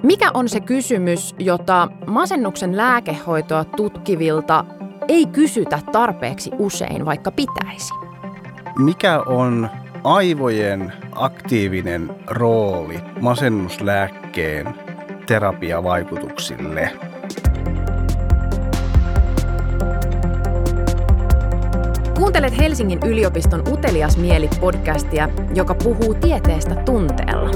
Mikä on se kysymys, jota masennuksen lääkehoitoa tutkivilta ei kysytä tarpeeksi usein, vaikka pitäisi? Mikä on aivojen aktiivinen rooli masennuslääkkeen terapiavaikutuksille? Kuuntelet Helsingin yliopiston Utelias mieli -podcastia, joka puhuu tieteestä tunteella.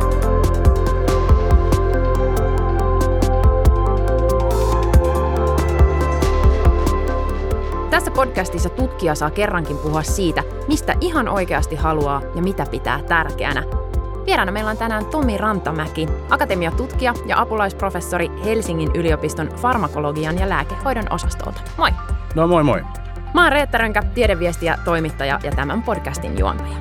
Tässä podcastissa tutkija saa kerrankin puhua siitä, mistä ihan oikeasti haluaa ja mitä pitää tärkeänä. Vieraana meillä on tänään Tomi Rantamäki, akatemiatutkija ja apulaisprofessori Helsingin yliopiston farmakologian ja lääkehoidon osastolta. Moi! No moi moi! Mä oon Reetta Rönkä, tiedeviestiä, toimittaja ja tämän podcastin juontaja.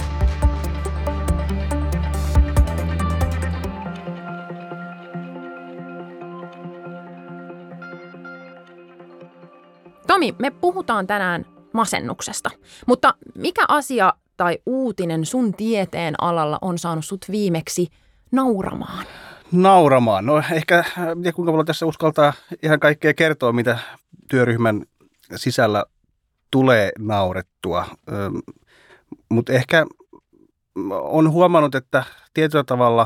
Tomi, me puhutaan tänään masennuksesta, mutta mikä asia tai uutinen sun tieteen alalla on saanut sut viimeksi nauramaan? Nauramaan? No ehkä, ja kuinka paljon tässä uskaltaa ihan kaikkea kertoa, mitä työryhmän sisällä tulee naurettua. Mutta ehkä on huomannut, että tietyllä tavalla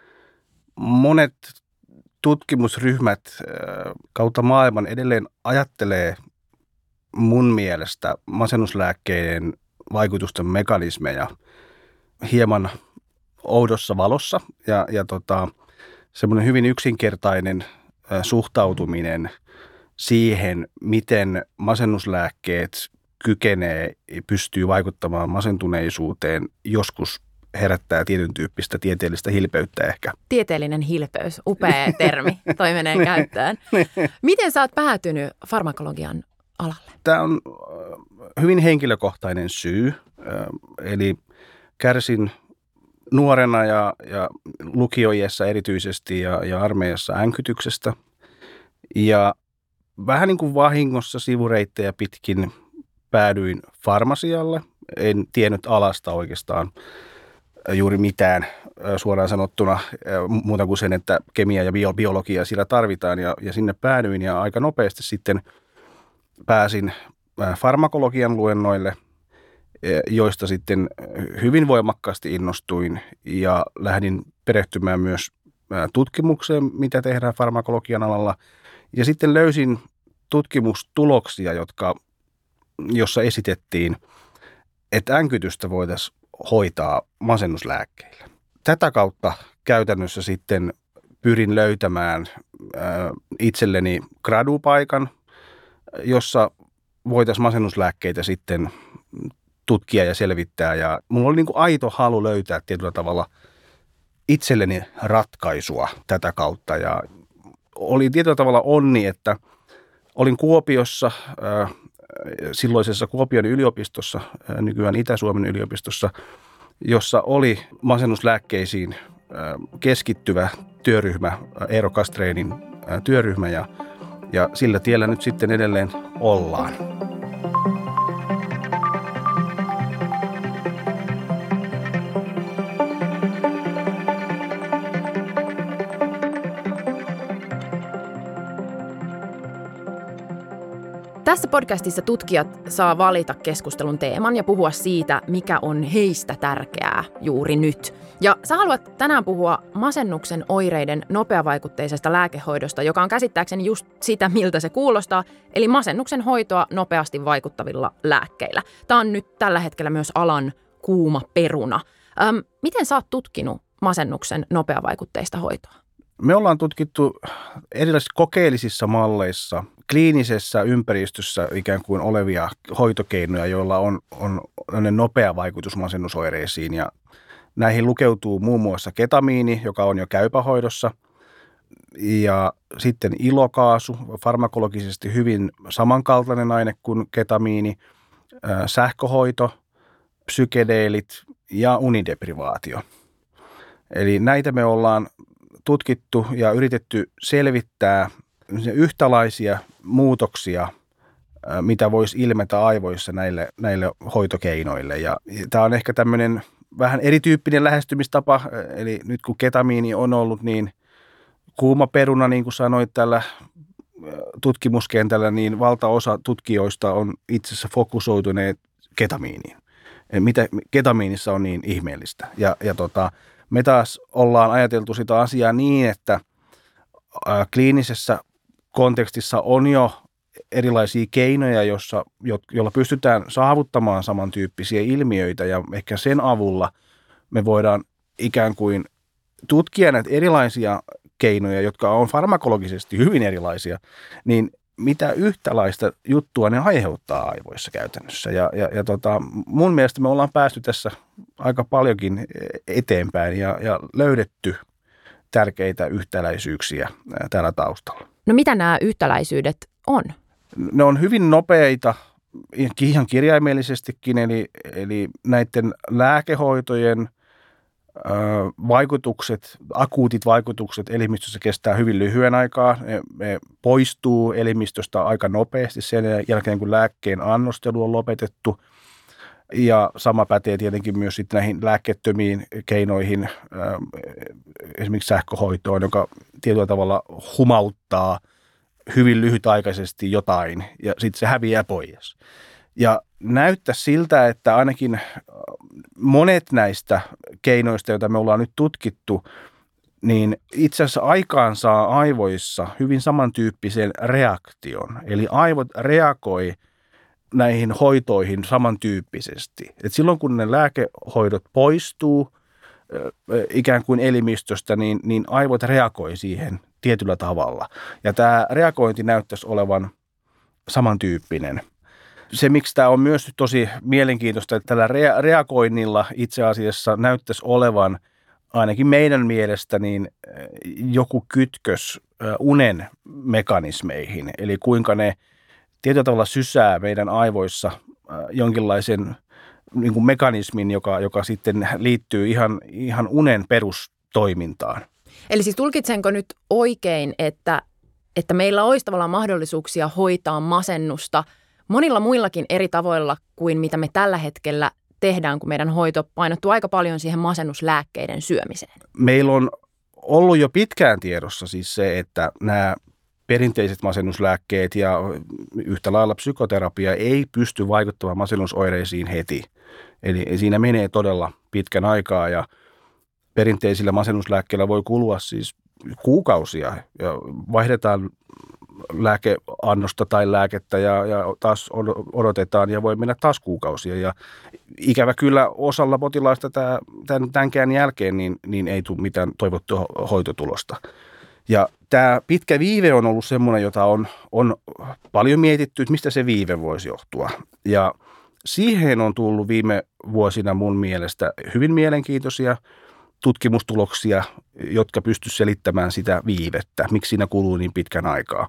monet tutkimusryhmät kautta maailman edelleen ajattelee mun mielestä masennuslääkkeiden vaikutusten mekanismeja hieman oudossa valossa ja semmoinen hyvin yksinkertainen suhtautuminen siihen, miten masennuslääkkeet pystyy vaikuttamaan masentuneisuuteen, joskus herättää tietyn tyyppistä tieteellistä hilpeyttä ehkä. Tieteellinen hilpeys, upea termi, toi menee käyttöön. Miten sä oot päätynyt farmakologian alalle? Tämä on hyvin henkilökohtainen syy, eli kärsin nuorena ja lukioiässä erityisesti ja armeijassa änkytyksestä. Ja vähän niin kuin vahingossa sivureittejä pitkin päädyin farmasialle. En tiennyt alasta oikeastaan juuri mitään suoraan sanottuna muuta kuin sen, että kemia ja biologia siellä tarvitaan ja sinne päädyin ja aika nopeasti sitten pääsin farmakologian luennoille, joista sitten hyvin voimakkaasti innostuin ja lähdin perehtymään myös tutkimukseen, mitä tehdään farmakologian alalla. Ja sitten löysin tutkimustuloksia, jossa esitettiin, että änkytystä voitaisiin hoitaa masennuslääkkeillä. Tätä kautta käytännössä sitten pyrin löytämään itselleni gradupaikan, jossa voitaisiin masennuslääkkeitä sitten tutkia ja selvittää. Ja mulla oli niin kuin aito halu löytää tietyllä tavalla itselleni ratkaisua tätä kautta. Ja oli tietyllä tavalla onni, että olin Kuopiossa, silloisessa Kuopion yliopistossa, nykyään Itä-Suomen yliopistossa, jossa oli masennuslääkkeisiin keskittyvä työryhmä, Eero Castreinin työryhmä, ja sillä tiellä nyt sitten edelleen ollaan. Tässä podcastissa tutkijat saa valita keskustelun teeman ja puhua siitä, mikä on heistä tärkeää juuri nyt. Ja sä haluat tänään puhua masennuksen oireiden nopeavaikutteisesta lääkehoidosta, joka on käsittääkseni just sitä, miltä se kuulostaa, eli masennuksen hoitoa nopeasti vaikuttavilla lääkkeillä. Tämä on nyt tällä hetkellä myös alan kuuma peruna. Miten sä oot tutkinut masennuksen nopeavaikutteista hoitoa? Me ollaan tutkittu erilaisissa kokeellisissa malleissa, kliinisessä ympäristössä ikään kuin olevia hoitokeinoja, joilla on nopea vaikutus masennusoireisiin. Ja näihin lukeutuu muun muassa ketamiini, joka on jo käypähoidossa, ja sitten ilokaasu, farmakologisesti hyvin samankaltainen aine kuin ketamiini, sähköhoito, psykedeelit ja unideprivaatio. Eli näitä me ollaan tutkittu ja yritetty selvittää yhtälaisia muutoksia, mitä voisi ilmetä aivoissa näille hoitokeinoille. Ja tämä on ehkä tämmöinen vähän erityyppinen lähestymistapa, eli nyt kun ketamiini on ollut niin kuuma peruna, niin kuin sanoit tällä tutkimuskentällä, niin valtaosa tutkijoista on itse asiassa fokusoituneet ketamiiniin. Mitä ketamiinissa on niin ihmeellistä. Ja me taas ollaan ajateltu sitä asiaa niin, että kliinisessä kontekstissa on jo erilaisia keinoja, joilla pystytään saavuttamaan samantyyppisiä ilmiöitä, ja ehkä sen avulla me voidaan ikään kuin tutkia näitä erilaisia keinoja, jotka on farmakologisesti hyvin erilaisia, niin mitä yhtälaista juttua ne aiheuttaa aivoissa käytännössä. Ja mun mielestä me ollaan päästy tässä aika paljonkin eteenpäin ja löydetty tärkeitä yhtäläisyyksiä täällä taustalla. No mitä nämä yhtäläisyydet on? Ne on hyvin nopeita, ihan kirjaimellisestikin, eli näiden lääkehoitojen vaikutukset, akuutit vaikutukset elimistössä kestää hyvin lyhyen aikaa. Ne poistuu elimistöstä aika nopeasti sen jälkeen, kun lääkkeen annostelu on lopetettu. Ja sama pätee tietenkin myös sitten näihin lääkkeettömiin keinoihin, esimerkiksi sähköhoitoon, joka tietyllä tavalla humauttaa hyvin lyhytaikaisesti jotain ja sitten se häviää pois. Ja näyttää siltä, että ainakin monet näistä keinoista, joita me ollaan nyt tutkittu, niin itse asiassa aikaan saa aivoissa hyvin samantyyppisen reaktion. Eli aivot reagoi näihin hoitoihin samantyyppisesti. Et silloin kun ne lääkehoidot poistuu ikään kuin elimistöstä, niin aivot reagoi siihen tietyllä tavalla. Ja tämä reagointi näyttäisi olevan samantyyppinen. Se, miksi tämä on myös tosi mielenkiintoista, että tällä reagoinnilla itse asiassa näyttäisi olevan ainakin meidän mielestä niin joku kytkös unen mekanismeihin. Eli kuinka ne tietyllä tavalla sysää meidän aivoissa jonkinlaisen niin kuin mekanismin, joka sitten liittyy ihan unen perustoimintaan. Eli siis tulkitsenko nyt oikein, että meillä olisi tavallaan mahdollisuuksia hoitaa masennusta monilla muillakin eri tavoilla kuin mitä me tällä hetkellä tehdään, kun meidän hoito painottuu aika paljon siihen masennuslääkkeiden syömiseen? Meillä on ollut jo pitkään tiedossa siis se, että nämä perinteiset masennuslääkkeet ja yhtä lailla psykoterapia ei pysty vaikuttamaan masennusoireisiin heti. Eli siinä menee todella pitkän aikaa ja perinteisillä masennuslääkkeillä voi kulua siis kuukausia ja vaihdetaan lääkeannosta tai lääkettä ja taas odotetaan ja voi mennä taas kuukausia. Ja ikävä kyllä osalla potilaista tämänkään jälkeen niin ei tule mitään toivottua hoitotulosta. Ja tämä pitkä viive on ollut semmoinen, jota on paljon mietitty, että mistä se viive voisi johtua. Ja siihen on tullut viime vuosina mun mielestä hyvin mielenkiintoisia tutkimustuloksia, jotka pystyisivät selittämään sitä viivettä, miksi siinä kuluu niin pitkän aikaa.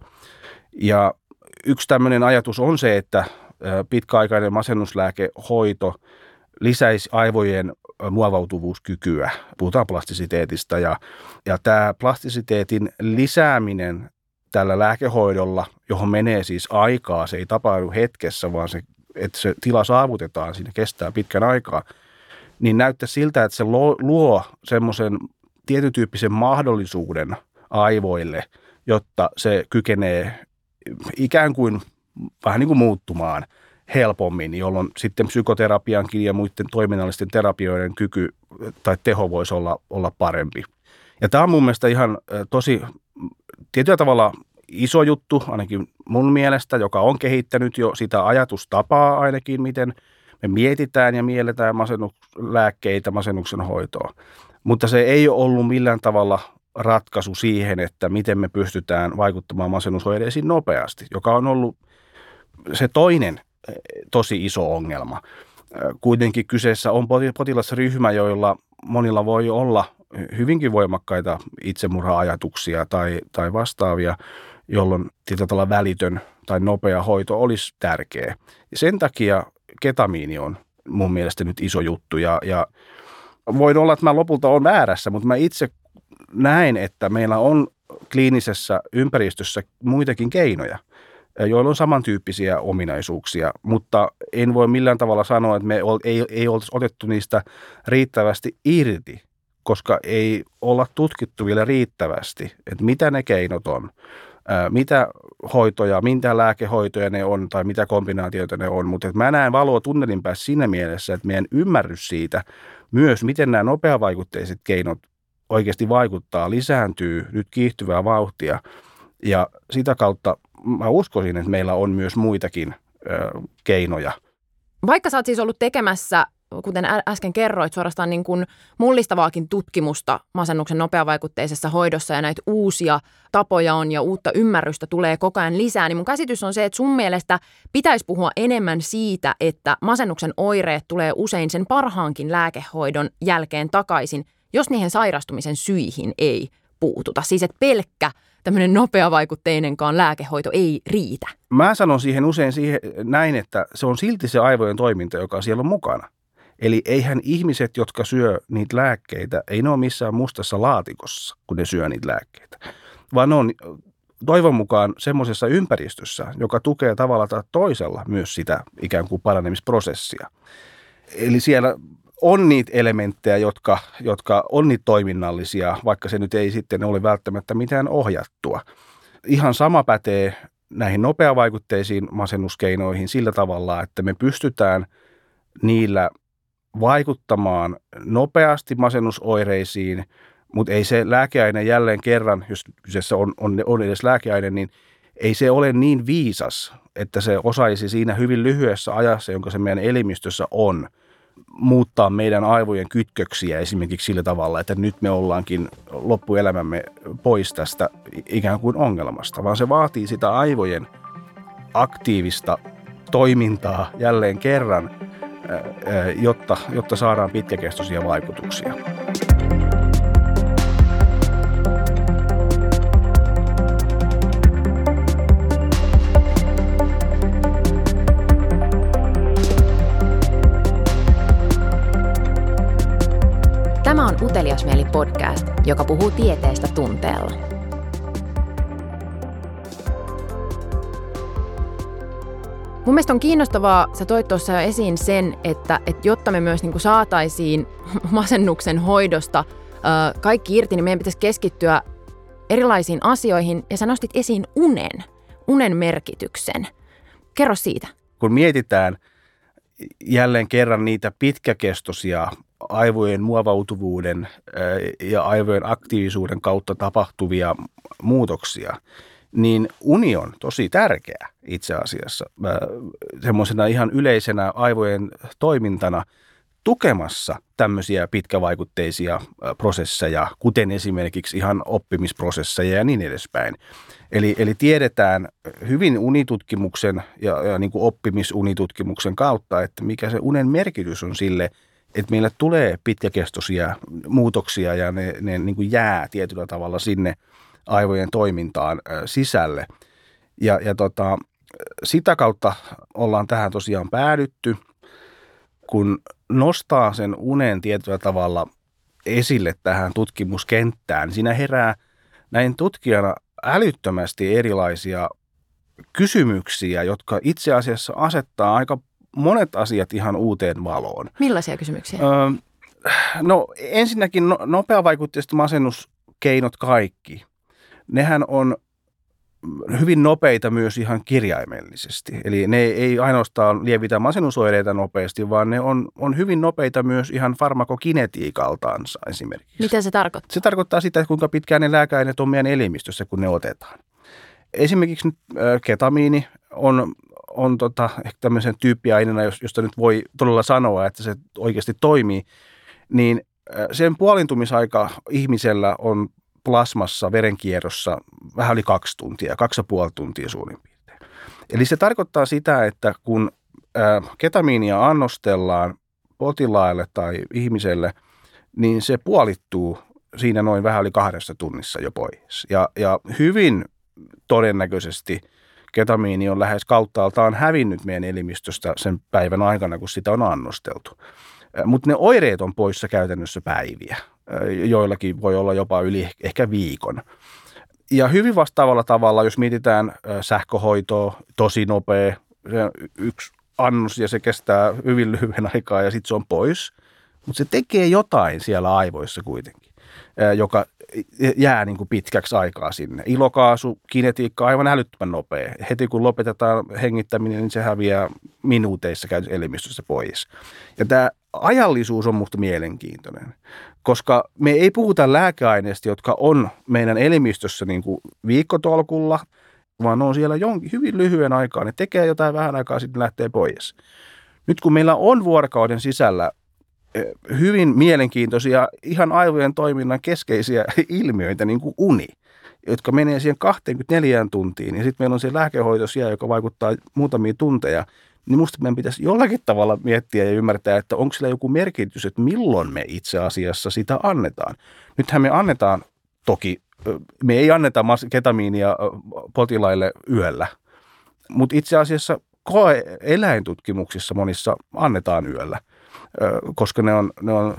Ja yksi tämmöinen ajatus on se, että pitkäaikainen masennuslääkehoito lisäisi aivojen muovautuvuuskykyä. Puhutaan plastisiteetista ja tämä plastisiteetin lisääminen tällä lääkehoidolla, johon menee siis aikaa, se ei tapahdu hetkessä, vaan että se tila saavutetaan, siinä kestää pitkän aikaa, niin näyttää siltä, että se luo semmoisen tietyn tyyppisen mahdollisuuden aivoille, jotta se kykenee ikään kuin vähän niin kuin muuttumaan helpommin, jolloin sitten psykoterapiankin ja muiden toiminnallisten terapioiden kyky tai teho voisi olla parempi. Ja tämä on mun mielestä ihan tosi tietyllä tavalla iso juttu, ainakin mun mielestä, joka on kehittänyt jo sitä ajatustapaa ainakin, miten me mietitään ja mielletään masennuslääkkeitä, masennuksen hoitoa. Mutta se ei ole ollut millään tavalla ratkaisu siihen, että miten me pystytään vaikuttamaan masennusoireisiin nopeasti, joka on ollut se toinen tosi iso ongelma. Kuitenkin kyseessä on potilasryhmä, joilla monilla voi olla hyvinkin voimakkaita itsemurha-ajatuksia tai vastaavia, jolloin tietyllä tavalla välitön tai nopea hoito olisi tärkeä. Ja sen takia ketamiini on mun mielestä nyt iso juttu ja voin olla, että mä lopulta olen väärässä, mutta mä itse näen, että meillä on kliinisessä ympäristössä muitakin keinoja, joilla on samantyyppisiä ominaisuuksia, mutta en voi millään tavalla sanoa, että me ei oltaisi otettu niistä riittävästi irti, koska ei olla tutkittu vielä riittävästi, että mitä ne keinot on, mitä hoitoja, mitä lääkehoitoja ne on tai mitä kombinaatioita ne on. Mutta mä näen valoa tunnelin päässä siinä mielessä, että meidän ymmärrys siitä myös, miten nämä nopeavaikutteiset keinot oikeasti vaikuttaa, lisääntyy nyt kiihtyvää vauhtia. Ja sitä kautta mä uskoisin, että meillä on myös muitakin keinoja. Vaikka sä oot siis ollut tekemässä, kuten äsken kerroit, suorastaan niin kuin mullistavaakin tutkimusta masennuksen nopeavaikutteisessa hoidossa ja näitä uusia tapoja on ja uutta ymmärrystä tulee koko ajan lisää, niin mun käsitys on se, että sun mielestä pitäisi puhua enemmän siitä, että masennuksen oireet tulee usein sen parhaankin lääkehoidon jälkeen takaisin, jos niihin sairastumisen syihin ei puututa. Siis että pelkkä tämmöinen nopeavaikutteinenkaan lääkehoito ei riitä. Mä sanon siihen usein näin, että se on silti se aivojen toiminta, joka siellä on mukana. Eli eihän ihmiset, jotka syö niitä lääkkeitä, ei ne ole missään mustassa laatikossa, kun ne syö niitä lääkkeitä. Vaan ne on toivon mukaan semmoisessa ympäristössä, joka tukee tavalla tai toisella myös sitä ikään kuin paranemisprosessia. Eli siellä on niitä elementtejä, jotka on niitä toiminnallisia, vaikka se nyt ei sitten ole välttämättä mitään ohjattua. Ihan sama pätee näihin nopeavaikutteisiin masennuskeinoihin sillä tavalla, että me pystytään niillä vaikuttamaan nopeasti masennusoireisiin, mutta ei se lääkeaine jälleen kerran, jos kyseessä on edes lääkeaine, niin ei se ole niin viisas, että se osaisi siinä hyvin lyhyessä ajassa, jonka se meidän elimistössä on, muuttaa meidän aivojen kytköksiä esimerkiksi sillä tavalla, että nyt me ollaankin loppuelämämme pois tästä ikään kuin ongelmasta, vaan se vaatii sitä aivojen aktiivista toimintaa jälleen kerran, jotta saadaan pitkäkestoisia vaikutuksia. Tämä on Utelias mieli podcast, joka puhuu tieteestä tunteella. Mun mielestä on kiinnostavaa, sä toit tuossa jo esiin sen, että jotta me myös niin kuin saataisiin masennuksen hoidosta kaikki irti, niin meidän pitäisi keskittyä erilaisiin asioihin. Ja sä nostit esiin unen merkityksen. Kerro siitä. Kun mietitään jälleen kerran niitä pitkäkestoisia aivojen muovautuvuuden ja aivojen aktiivisuuden kautta tapahtuvia muutoksia, niin uni on tosi tärkeä itse asiassa semmoisena ihan yleisenä aivojen toimintana tukemassa tämmöisiä pitkävaikutteisia prosesseja, kuten esimerkiksi ihan oppimisprosesseja ja niin edespäin. Eli tiedetään hyvin unitutkimuksen ja niin kuin oppimisunitutkimuksen kautta, että mikä se unen merkitys on sille, että meillä tulee pitkäkestoisia muutoksia ja ne niin kuin jää tietyllä tavalla sinne aivojen toimintaan sisälle. Ja sitä kautta ollaan tähän tosiaan päädytty, kun nostaa sen unen tietyllä tavalla esille tähän tutkimuskenttään. Siinä herää näin tutkijana älyttömästi erilaisia kysymyksiä, jotka itse asiassa asettaa aika monet asiat ihan uuteen valoon. Millaisia kysymyksiä? No ensinnäkin nopeavaikutteiset masennuskeinot kaikki. Nehän on hyvin nopeita myös ihan kirjaimellisesti. Eli ne ei ainoastaan lievitä masennusoireita nopeasti, vaan ne on hyvin nopeita myös ihan farmakokinetiikaltaansa esimerkiksi. Mitä se tarkoittaa? Se tarkoittaa sitä, että kuinka pitkään ne lääkeaineet on meidän elimistössä, kun ne otetaan. Esimerkiksi nyt ketamiini on ehkä tämmöisen tyyppiaineena, josta nyt voi todella sanoa, että se oikeasti toimii, niin sen puolintumisaika ihmisellä on plasmassa, verenkierrossa vähän yli 2 tuntia, 2,5 tuntia suurin piirtein. Eli se tarkoittaa sitä, että kun ketamiinia annostellaan potilaille tai ihmiselle, niin se puolittuu siinä noin vähän yli 2 tunnissa jo pois. Ja hyvin todennäköisesti ketamiini on lähes kauttaaltaan hävinnyt meidän elimistöstä sen päivän aikana, kun sitä on annosteltu. Mutta ne oireet on poissa käytännössä päiviä. Joillakin voi olla jopa yli ehkä viikon. Ja hyvin vastaavalla tavalla, jos mietitään sähköhoitoa, tosi nopea, se yksi annos ja se kestää hyvin lyhyen aikaa ja sitten se on pois. mutta se tekee jotain siellä aivoissa kuitenkin, joka jää niin kuin pitkäksi aikaa sinne. Ilokaasu, kinetiikka on aivan älyttömän nopea. Heti kun lopetetaan hengittäminen, niin se häviää minuuteissa elimistössä pois. Ja tämä ajallisuus on musta mielenkiintoinen, koska me ei puhuta lääkeaineista, jotka on meidän elimistössä niin kuin viikkotolkulla, vaan ne on siellä hyvin lyhyen aikaa. Ne tekee jotain vähän aikaa, sitten lähtee pois. Nyt kun meillä on vuorokauden sisällä hyvin mielenkiintoisia, ihan aivojen toiminnan keskeisiä ilmiöitä, niin kuin uni, jotka menee siihen 24 tuntiin, ja sitten meillä on se lääkehoito siellä, joka vaikuttaa muutamia tunteja, niin musta meidän pitäisi jollakin tavalla miettiä ja ymmärtää, että onko sillä joku merkitys, että milloin me itse asiassa sitä annetaan. Nythän me annetaan toki, me ei anneta ketamiinia potilaille yöllä, mutta itse asiassa eläintutkimuksissa monissa annetaan yöllä, koska ne on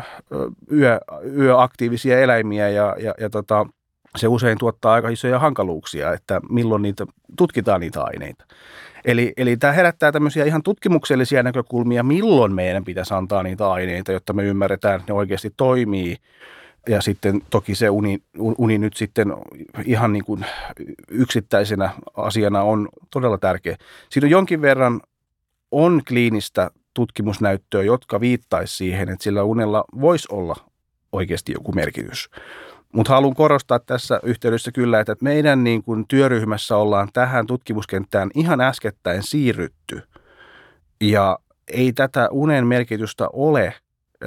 yöaktiivisia eläimiä ja se usein tuottaa aika isoja hankaluuksia, että milloin tutkitaan niitä aineita. Eli tämä herättää tämmöisiä ihan tutkimuksellisia näkökulmia, milloin meidän pitäisi antaa niitä aineita, jotta me ymmärretään, että ne oikeasti toimii. Ja sitten toki se uni nyt sitten ihan niin kuin yksittäisenä asiana on todella tärkeä. Siinä on jonkin verran kliinistä tutkimusnäyttöä, jotka viittaisi siihen, että sillä unella voisi olla oikeasti joku merkitys. Mutta haluan korostaa tässä yhteydessä kyllä, että meidän niin kuin työryhmässä ollaan tähän tutkimuskenttään ihan äskettäin siirrytty. Ja ei tätä unen merkitystä ole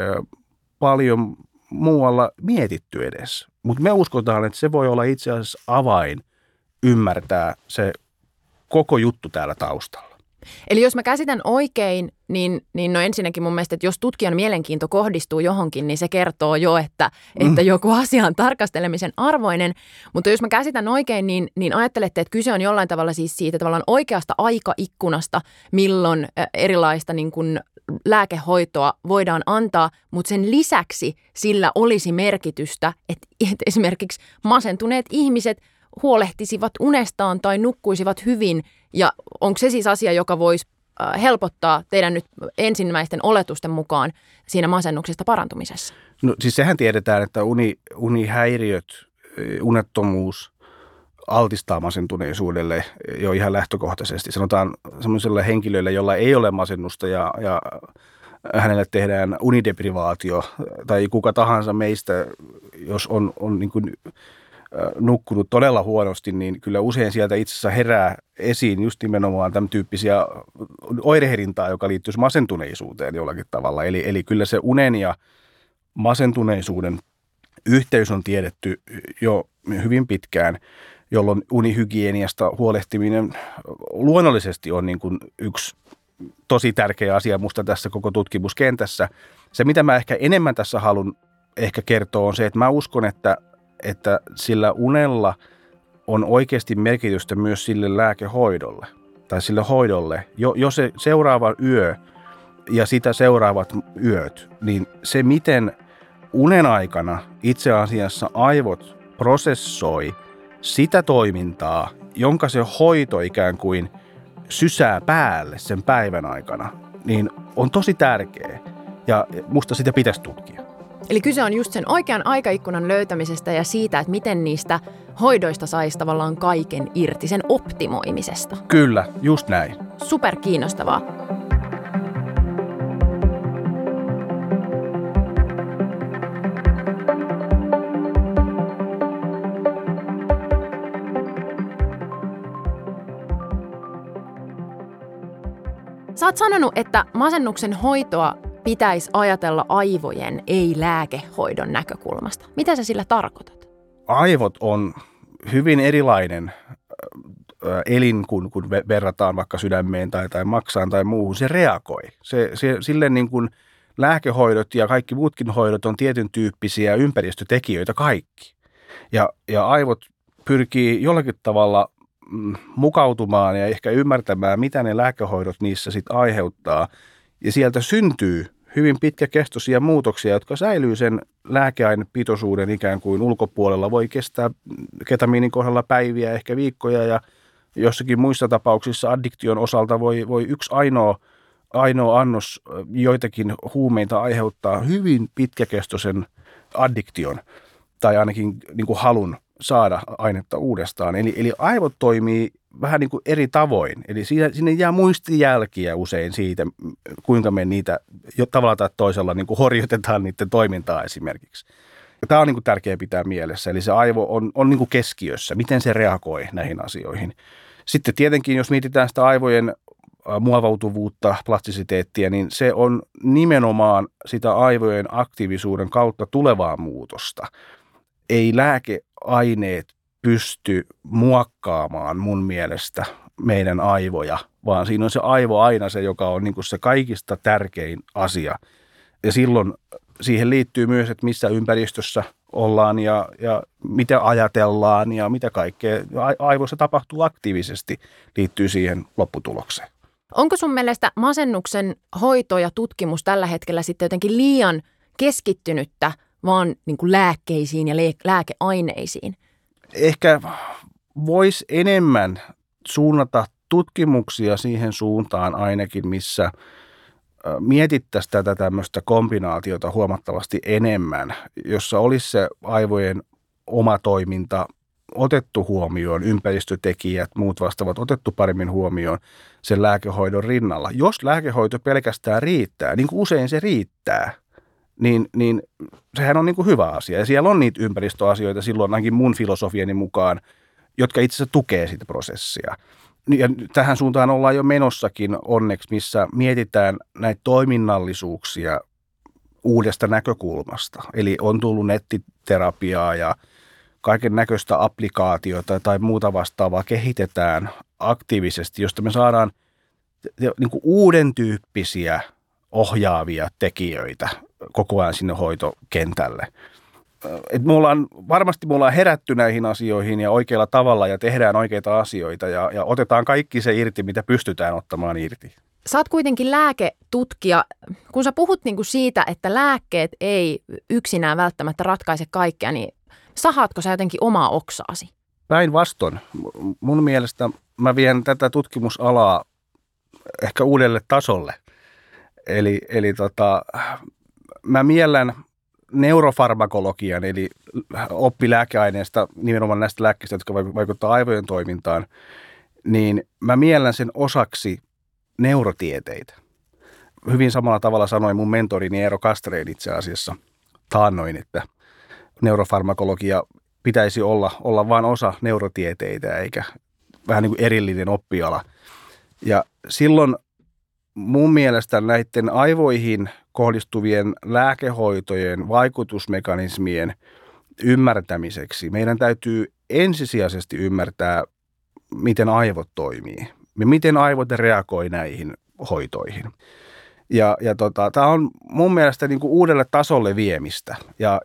paljon muualla mietitty edes. Mutta me uskotaan, että se voi olla itse asiassa avain ymmärtää se koko juttu täällä taustalla. Eli jos mä käsitän oikein, niin no ensinnäkin mun mielestä, että jos tutkijan mielenkiinto kohdistuu johonkin, niin se kertoo jo, että joku asia on tarkastelemisen arvoinen. Mutta jos mä käsitän oikein, niin ajattelette, että kyse on jollain tavalla siis siitä tavallaan oikeasta aikaikkunasta, milloin erilaista niin kuin lääkehoitoa voidaan antaa, mutta sen lisäksi sillä olisi merkitystä, että esimerkiksi masentuneet ihmiset huolehtisivat unestaan tai nukkuisivat hyvin, ja onko se siis asia, joka voisi helpottaa teidän nyt ensimmäisten oletusten mukaan siinä masennuksesta parantumisessa? No siis sehän tiedetään, että unihäiriöt, unettomuus altistaa masentuneisuudelle jo ihan lähtökohtaisesti. Sanotaan sellaiselle henkilölle, jolla ei ole masennusta ja hänelle tehdään unideprivaatio tai kuka tahansa meistä, jos on niin kuin nukkunut todella huonosti, niin kyllä usein sieltä itse asiassa herää esiin just nimenomaan tämän tyyppisiä oirehedintaa, joka liittyisi masentuneisuuteen jollakin tavalla. Eli kyllä se unen ja masentuneisuuden yhteys on tiedetty jo hyvin pitkään, jolloin unihygieniasta huolehtiminen luonnollisesti on niin kuin yksi tosi tärkeä asia musta tässä koko tutkimuskentässä. Se, mitä mä ehkä enemmän tässä haluan ehkä kertoa, on se, että mä uskon, että sillä unella on oikeasti merkitystä myös sille lääkehoidolle tai sille hoidolle. Jo se seuraava yö ja sitä seuraavat yöt, niin se miten unen aikana itse asiassa aivot prosessoi sitä toimintaa, jonka se hoito ikään kuin sysää päälle sen päivän aikana, niin on tosi tärkeä ja musta sitä pitäisi tutkia. Eli kyse on just sen oikean aikaikkunan löytämisestä ja siitä, että miten niistä hoidoista saisi tavallaan kaiken irti, sen optimoimisesta. Kyllä, just näin. Super kiinnostavaa. Sä oot sanonut, että masennuksen hoitoa pitäisi ajatella aivojen, ei lääkehoidon näkökulmasta. Mitä sä sillä tarkoitat? Aivot on hyvin erilainen elin, kun verrataan vaikka sydämeen tai maksaan tai muuhun. Se reagoi. Sille niin kuin lääkehoidot ja kaikki muutkin hoidot on tietyn tyyppisiä ympäristötekijöitä kaikki. Ja aivot pyrkii jollakin tavalla mukautumaan ja ehkä ymmärtämään, mitä ne lääkehoidot niissä sitten aiheuttaa. Ja sieltä syntyy hyvin pitkäkestoisia muutoksia, jotka säilyy sen lääkeainepitoisuuden ikään kuin ulkopuolella. Voi kestää ketamiinin kohdalla päiviä, ehkä viikkoja, ja jossakin muissa tapauksissa addiktion osalta voi yksi ainoa ainoa annos joitakin huumeita aiheuttaa hyvin pitkäkestoisen addiktion tai ainakin niin kuin halun saada ainetta uudestaan. Eli aivot toimii vähän niin kuin eri tavoin. Eli sinne jää muistijälkiä usein siitä, kuinka me niitä jo tavalla tai toisella niin kuin horjutetaan niiden toimintaa esimerkiksi. Tämä on niin kuin tärkeää pitää mielessä. Eli se aivo on niin kuin keskiössä, miten se reagoi näihin asioihin. Sitten tietenkin, jos mietitään sitä aivojen muovautuvuutta, plastisiteettia, niin se on nimenomaan sitä aivojen aktiivisuuden kautta tulevaa muutosta. Ei lääkeaineet pysty muokkaamaan mun mielestä meidän aivoja, vaan siinä on se aivo aina se, joka on niin kuin se kaikista tärkein asia. Ja silloin siihen liittyy myös, että missä ympäristössä ollaan ja mitä ajatellaan ja mitä kaikkea aivoissa tapahtuu aktiivisesti, liittyy siihen lopputulokseen. Onko sun mielestä masennuksen hoito ja tutkimus tällä hetkellä sitten jotenkin liian keskittynyttä vaan niin kuin lääkkeisiin ja lääkeaineisiin? Ehkä voisi enemmän suunnata tutkimuksia siihen suuntaan ainakin, missä mietittäisiin tätä tämmöistä kombinaatiota huomattavasti enemmän, jossa olisi se aivojen oma toiminta otettu huomioon, ympäristötekijät, muut vastaavat otettu paremmin huomioon sen lääkehoidon rinnalla. Jos lääkehoito pelkästään riittää, niin kuin usein se riittää, niin sehän on niin kuin hyvä asia. Ja siellä on niitä ympäristöasioita silloin ainakin mun filosofiani mukaan, jotka itse asiassa tukee sitä prosessia. Ja tähän suuntaan ollaan jo menossakin onneksi, missä mietitään näitä toiminnallisuuksia uudesta näkökulmasta. Eli on tullut nettiterapiaa ja kaiken näköistä applikaatiota tai muuta vastaavaa kehitetään aktiivisesti, josta me saadaan niin kuin uuden tyyppisiä ohjaavia tekijöitä koko ajan sinne hoitokentälle. Et varmasti me ollaan herätty näihin asioihin ja oikealla tavalla ja tehdään oikeita asioita ja otetaan kaikki se irti, mitä pystytään ottamaan irti. Sä oot kuitenkin lääketutkija. Kun sä puhut niinku siitä, että lääkkeet ei yksinään välttämättä ratkaise kaikkea, niin sahaatko sä jotenkin omaa oksaasi? Päinvastoin. Mun mielestä mä vien tätä tutkimusalaa ehkä uudelle tasolle. Eli mä miellän neurofarmakologian, eli oppilääkeaineesta, nimenomaan näistä lääkkeistä, jotka vaikuttavat aivojen toimintaan, niin mä miellän sen osaksi neurotieteitä. Hyvin samalla tavalla sanoi mun mentorini Eero Castrén itse asiassa taannoin, että neurofarmakologia pitäisi olla vain osa neurotieteitä eikä vähän niin kuin erillinen oppiala. Ja silloin mun mielestä näiden aivoihin kohdistuvien lääkehoitojen vaikutusmekanismien ymmärtämiseksi meidän täytyy ensisijaisesti ymmärtää, miten aivot toimii ja miten aivot reagoi näihin hoitoihin. Ja tämä on mun mielestä niin kuin uudelle tasolle viemistä ja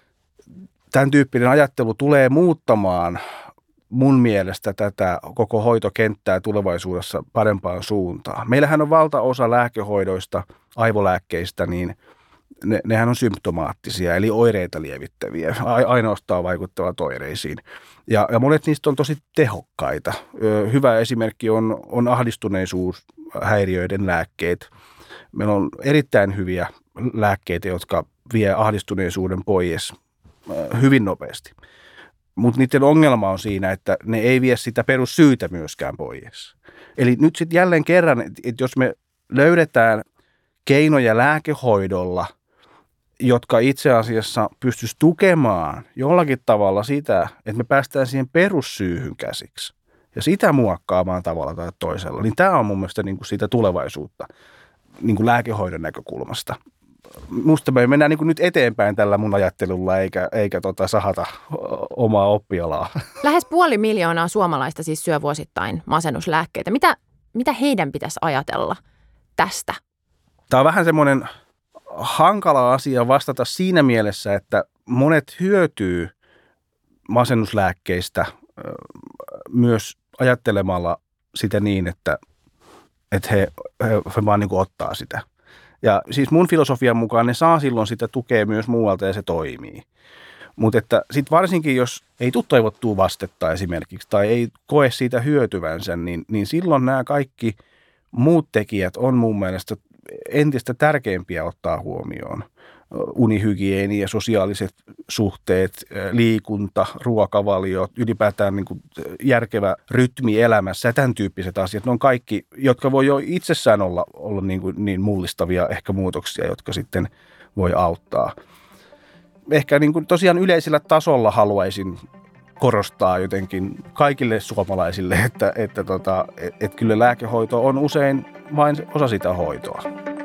tämän tyyppinen ajattelu tulee muuttamaan mun mielestä tätä koko hoitokenttää tulevaisuudessa parempaan suuntaan. Meillähän on valtaosa lääkehoidoista, aivolääkkeistä, niin nehän on symptomaattisia, eli oireita lievittäviä, ainoastaan vaikuttavat oireisiin. Ja monet niistä on tosi tehokkaita. Hyvä esimerkki on ahdistuneisuushäiriöiden lääkkeet. Meillä on erittäin hyviä lääkkeitä, jotka vie ahdistuneisuuden pois hyvin nopeasti. Mutta niiden ongelma on siinä, että ne ei vie sitä perussyytä myöskään pois. Eli nyt sitten jälleen kerran, että jos me löydetään keinoja lääkehoidolla, jotka itse asiassa pystyisi tukemaan jollakin tavalla sitä, että me päästään siihen perussyyhyn käsiksi ja sitä muokkaamaan tavalla tai toisella, niin tämä on mun mielestä niin kuin siitä tulevaisuutta niin kuin lääkehoidon näkökulmasta. Musta me mennään niin kuin nyt eteenpäin tällä mun ajattelulla eikä sahata omaa oppialaa. Lähes 500,000 suomalaista siis syö vuosittain masennuslääkkeitä. Mitä heidän pitäisi ajatella tästä? Tämä on vähän semmoinen hankala asia vastata siinä mielessä, että monet hyötyy masennuslääkkeistä myös ajattelemalla sitä niin, että he vaan niin kuin ottaa sitä. Ja siis mun filosofian mukaan ne saa silloin sitä tukea myös muualta ja se toimii. Mutta että sitten varsinkin, jos ei tule toivottua vastetta esimerkiksi tai ei koe siitä hyötyvänsä, niin silloin nämä kaikki muut tekijät on mun mielestä entistä tärkeämpiä ottaa huomioon. Unihygieni ja sosiaaliset suhteet, liikunta, ruokavalio, ylipäätään niin kuin järkevä rytmi elämässä ja tämän tyyppiset asiat. Ne on kaikki, jotka voi jo itsessään olla niin mullistavia ehkä muutoksia, jotka sitten voi auttaa. Ehkä niin kuin tosiaan yleisellä tasolla haluaisin korostaa jotenkin kaikille suomalaisille, että kyllä lääkehoito on usein vain osa sitä hoitoa.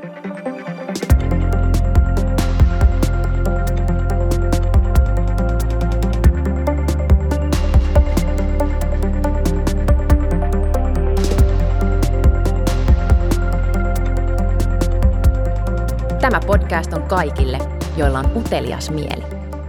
Tämä podcast on kaikille, joilla on utelias mieli.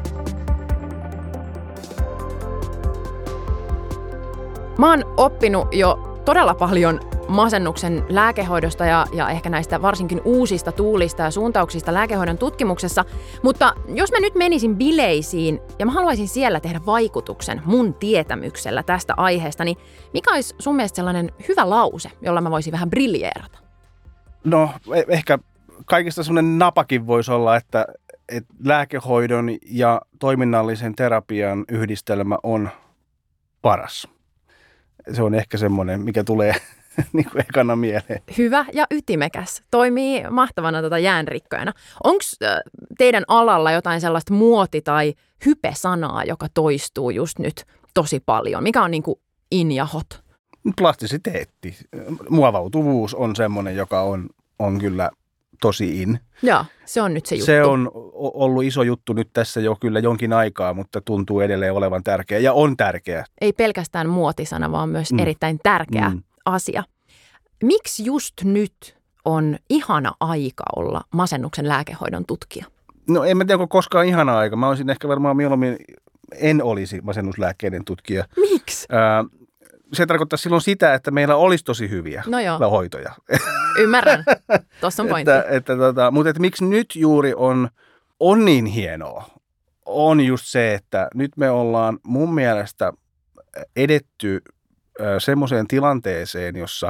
Mä oon oppinut jo todella paljon masennuksen lääkehoidosta ja ehkä näistä varsinkin uusista tuulista ja suuntauksista lääkehoidon tutkimuksessa, mutta jos mä nyt menisin bileisiin ja mä haluaisin siellä tehdä vaikutuksen mun tietämyksellä tästä aiheesta, niin mikä olisi sun mielestä sellainen hyvä lause, jolla mä voisin vähän briljeerata? No ehkä kaikista sellainen napakin voisi olla, että lääkehoidon ja toiminnallisen terapian yhdistelmä on paras. Se on ehkä semmoinen, mikä tulee niin kuin ekana mieleen. Hyvä ja ytimekäs. Toimii mahtavana jäänrikkojana. Onko teidän alalla jotain sellaista muoti- tai hype-sanaa, joka toistuu just nyt tosi paljon? Mikä on niin kuin in ja hot? Plastisiteetti. Muovautuvuus on semmoinen, joka on kyllä tosi in. Joo, se on nyt se juttu. Se on ollut iso juttu nyt tässä jo kyllä jonkin aikaa, mutta tuntuu edelleen olevan tärkeä ja on tärkeä. Ei pelkästään muotisana, vaan myös erittäin tärkeä asia. Miksi just nyt on ihana aika olla masennuksen lääkehoidon tutkija? No en mä tiedä, onko koskaan ihana aika. Mä olisin ehkä varmaan mieluummin, en olisi masennuslääkkeiden tutkija. Miksi? Se tarkoittaa silloin sitä, että meillä olisi tosi hyviä hoitoja. Ymmärrän. Tuossa on pointti. Mutta miksi nyt juuri on niin hienoa, on just se, että nyt me ollaan mun mielestä edetty semmoiseen tilanteeseen, jossa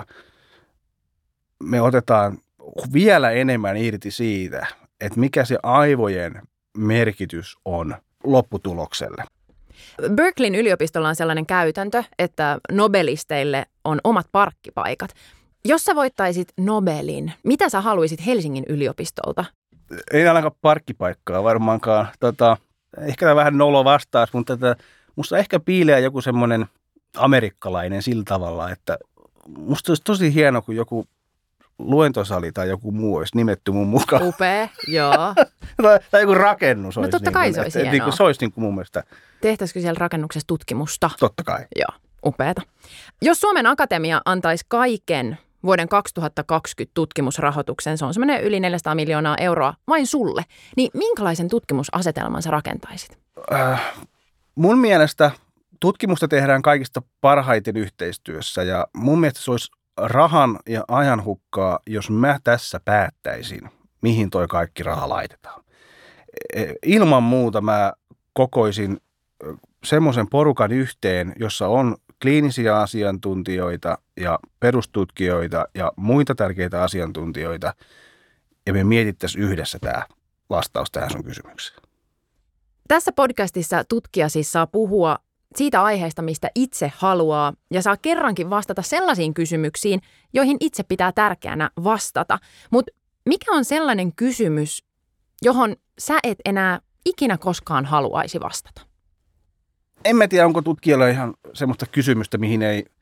me otetaan vielä enemmän irti siitä, että mikä se aivojen merkitys on lopputulokselle. Berkeleyn yliopistolla on sellainen käytäntö, että nobelisteille on omat parkkipaikat. Jos sä voittaisit Nobelin, mitä sä haluaisit Helsingin yliopistolta? Ei ainakaan parkkipaikkaa varmaankaan. Ehkä tämä vähän nolo vastaus, mutta musta ehkä piilee joku semmoinen amerikkalainen sillä tavalla, että musta olisi tosi hieno, kun joku luentosali tai joku muu olisi nimetty mun mukaan. Upea, joo. Tai joku rakennus olisi. No totta kai se olisi hienoa. Niin se olisi niin kuin mun mielestä. Tehtäisikö siellä rakennuksessa tutkimusta? Totta kai. Joo, upeata. Jos Suomen Akatemia antaisi kaiken vuoden 2020 tutkimusrahoituksen, se on semmoinen yli 400 miljoonaa euroa vain sulle, niin minkälaisen tutkimusasetelman sä rakentaisit? Mun mielestä tutkimusta tehdään kaikista parhaiten yhteistyössä ja mun mielestä se olisi rahan ja ajan hukkaa, jos mä tässä päättäisin, mihin toi kaikki raha laitetaan. Ilman muuta mä kokoisin semmoisen porukan yhteen, jossa on kliinisiä asiantuntijoita ja perustutkijoita ja muita tärkeitä asiantuntijoita, ja me mietittäisiin yhdessä tämä vastaus tähän sun kysymykseen. Tässä podcastissa tutkija siis saa puhua siitä aiheesta, mistä itse haluaa, ja saa kerrankin vastata sellaisiin kysymyksiin, joihin itse pitää tärkeänä vastata. Mutta mikä on sellainen kysymys, johon sä et enää ikinä koskaan haluaisi vastata? En mä tiedä, onko tutkijalla ihan semmoista kysymystä, mihin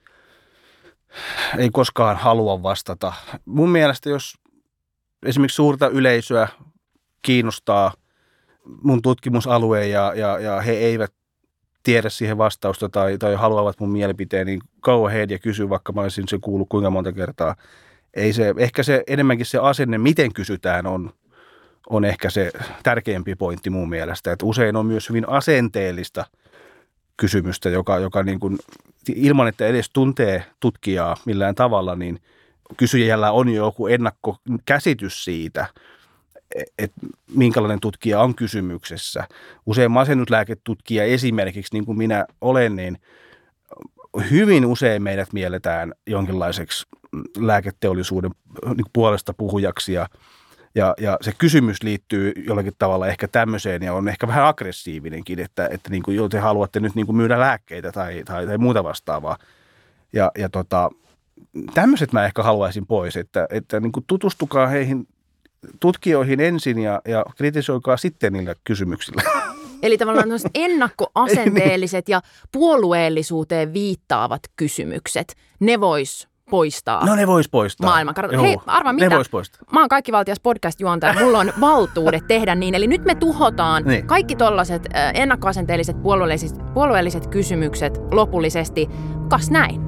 ei koskaan halua vastata. Mun mielestä, jos esimerkiksi suurta yleisöä kiinnostaa mun tutkimusalue ja he eivät tiedä siihen vastausta tai haluavat mun mielipiteen, niin go ahead ja kysy, vaikka mä olisin sen kuullut kuinka monta kertaa. Ehkä se enemmänkin se asenne, miten kysytään, on ehkä se tärkeämpi pointti mun mielestä. Että usein on myös hyvin asenteellista kysymystä, joka niin kuin, ilman, että edes tuntee tutkijaa millään tavalla, niin kysyjällä on jo joku ennakkokäsitys siitä, että minkälainen tutkija on kysymyksessä. Usein masennuslääketutkija esimerkiksi, niin kuin minä olen, niin hyvin usein meidät mielletään jonkinlaiseksi lääketeollisuuden puolesta puhujaksi ja se kysymys liittyy jollakin tavalla ehkä tämmöiseen ja on ehkä vähän aggressiivinenkin, että niin kuin, te haluatte nyt niin kuin myydä lääkkeitä tai muuta vastaavaa. Ja tämmöiset mä ehkä haluaisin pois, että niin kuin tutustukaa heihin tutkijoihin ensin ja kritisoikaa sitten niillä kysymyksillä. Eli tavallaan ennakkoasenteelliset ja puolueellisuuteen viittaavat kysymykset, ne vois poistaa. No ne vois poistaa. Maailmankartalta. Hei, arva mitä? Ne vois poistaa. Mä oon Kaikkivaltias podcast-juontaja, mulla on valtuudet tehdä niin. Eli nyt me tuhotaan kaikki tollaiset ennakkoasenteelliset puolueelliset kysymykset lopullisesti. Kas näin?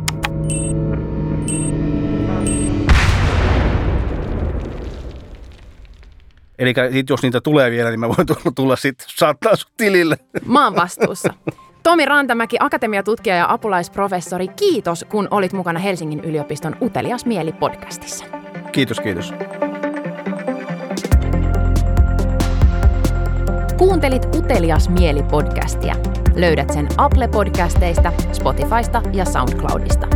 Eli jos niitä tulee vielä, niin mä voin tulla sitten saattaa sut tilille. Mä oon vastuussa. Tomi Rantamäki, akatemiatutkija ja apulaisprofessori, kiitos kun olit mukana Helsingin yliopiston Utelias mieli -podcastissa. Kiitos. Kuuntelit Utelias mieli -podcastia. Löydät sen Apple-podcasteista, Spotifysta ja SoundCloudista.